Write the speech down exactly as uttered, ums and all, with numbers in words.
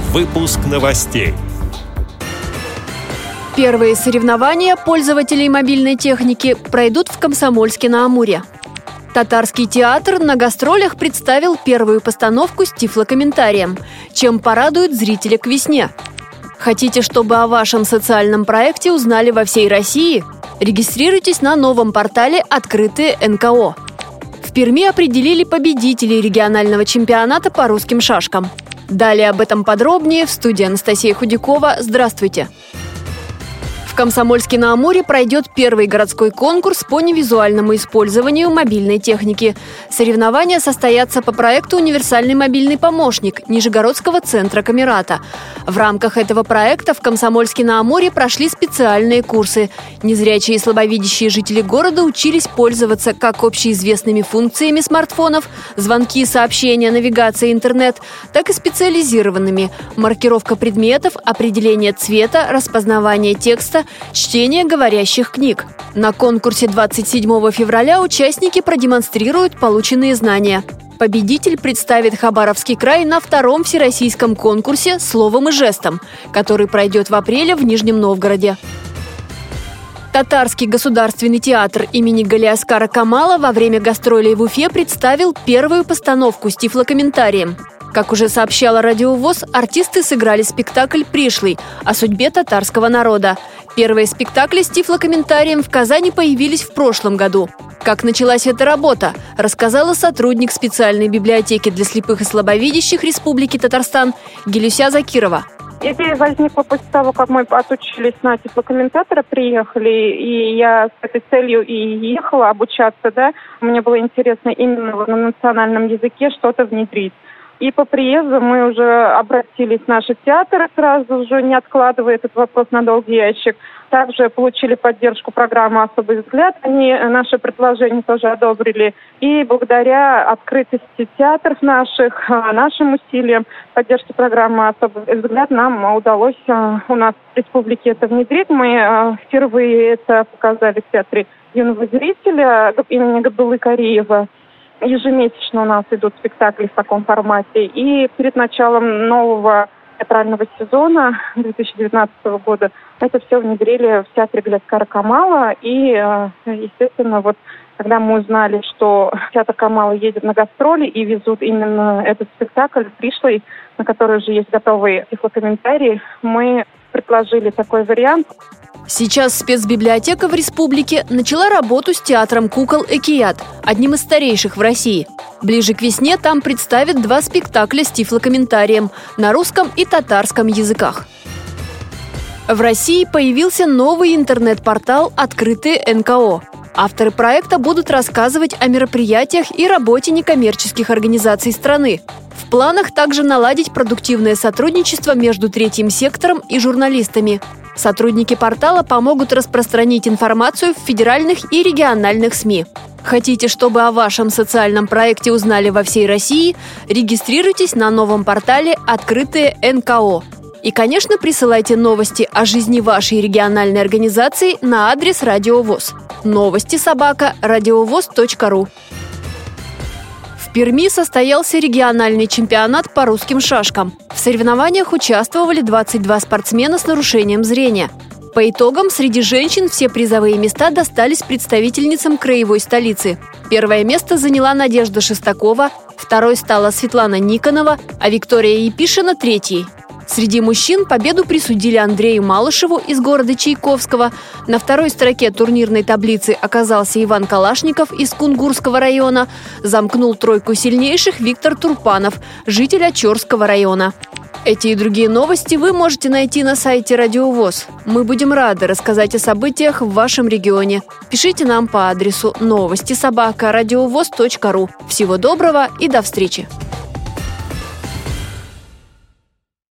Выпуск новостей. Первые соревнования пользователей мобильной техники пройдут в Комсомольске-на-Амуре. Татарский театр на гастролях представил первую постановку с тифлокомментарием, чем порадует зрителя к весне. Хотите, чтобы о вашем социальном проекте узнали во всей России? Регистрируйтесь на новом портале «Открытые эн ка о». В Перми определили победителей регионального чемпионата по русским шашкам. Далее об этом подробнее в студии Анастасия Худякова. Здравствуйте! В Комсомольске-на-Амуре пройдет первый городской конкурс по невизуальному использованию мобильной техники. Соревнования состоятся по проекту «Универсальный мобильный помощник» Нижегородского центра Камерата. В рамках этого проекта в Комсомольске-на-Амуре прошли специальные курсы. Незрячие и слабовидящие жители города учились пользоваться как общеизвестными функциями смартфонов, звонки, сообщения, навигация, интернет, так и специализированными – маркировка предметов, определение цвета, распознавание текста, чтение говорящих книг. На конкурсе двадцать седьмого февраля участники продемонстрируют полученные знания. Победитель представит Хабаровский край на втором всероссийском конкурсе «Словом и жестом», который пройдет в апреле в Нижнем Новгороде. Татарский государственный театр имени Галиаскара Камала во время гастролей в Уфе представил первую постановку с тифлокомментарием. Как уже сообщала Радио ВОС, артисты сыграли спектакль «Пришлый» о судьбе татарского народа. Первые спектакли с тифлокомментарием в Казани появились в прошлом году. Как началась эта работа, рассказала сотрудник специальной библиотеки для слепых и слабовидящих Республики Татарстан Гелюся Закирова. Идея возникла после того, как мы отучились на тифлокомментатора, приехали, и я с этой целью и ехала обучаться, да. Мне было интересно именно на национальном языке что-то внедрить. И по приезду мы уже обратились в наш театр, сразу же не откладывая этот вопрос на долгий ящик. Также получили поддержку программы «Особый взгляд». Они наши предложения тоже одобрили. И благодаря открытости театров наших, нашим усилиям, поддержке программы «Особый взгляд» нам удалось у нас в республике это внедрить. Мы впервые это показали в театре юного зрителя имени Габдуллы Кариева. Ежемесячно у нас идут спектакли в таком формате. И перед началом нового театрального сезона две тысячи девятнадцатого года это все внедрили в театре Галиаскара Камала. И, естественно, вот когда мы узнали, что театр Камала едет на гастроли и везут именно этот спектакль «Пришлый», на который уже есть готовые тифлокомментарии, мы предложили такой вариант. Сейчас спецбиблиотека в республике начала работу с театром кукол «Экият», одним из старейших в России. Ближе к весне там представят два спектакля с тифлокомментарием на русском и татарском языках. В России появился новый интернет-портал «Открытые эн ка о». Авторы проекта будут рассказывать о мероприятиях и работе некоммерческих организаций страны. В планах также наладить продуктивное сотрудничество между третьим сектором и журналистами. Сотрудники портала помогут распространить информацию в федеральных и региональных СМИ. Хотите, чтобы о вашем социальном проекте узнали во всей России? Регистрируйтесь на новом портале «Открытые эн ка о». И, конечно, присылайте новости о жизни вашей региональной организации на адрес Радио ВОС. Новости собака радиовос точка ру. В Перми состоялся региональный чемпионат по русским шашкам. В соревнованиях участвовали двадцать два спортсмена с нарушением зрения. По итогам, среди женщин все призовые места достались представительницам краевой столицы. Первое место заняла Надежда Шестакова, второй стала Светлана Никонова, а Виктория Епишина – третьей. Среди мужчин победу присудили Андрею Малышеву из города Чайковского. На второй строке турнирной таблицы оказался Иван Калашников из Кунгурского района. Замкнул тройку сильнейших Виктор Турпанов, житель Очерского района. Эти и другие новости вы можете найти на сайте Радио ВОС. Мы будем рады рассказать о событиях в вашем регионе. Пишите нам по адресу новости собака радиовос точка ру. Всего доброго и до встречи!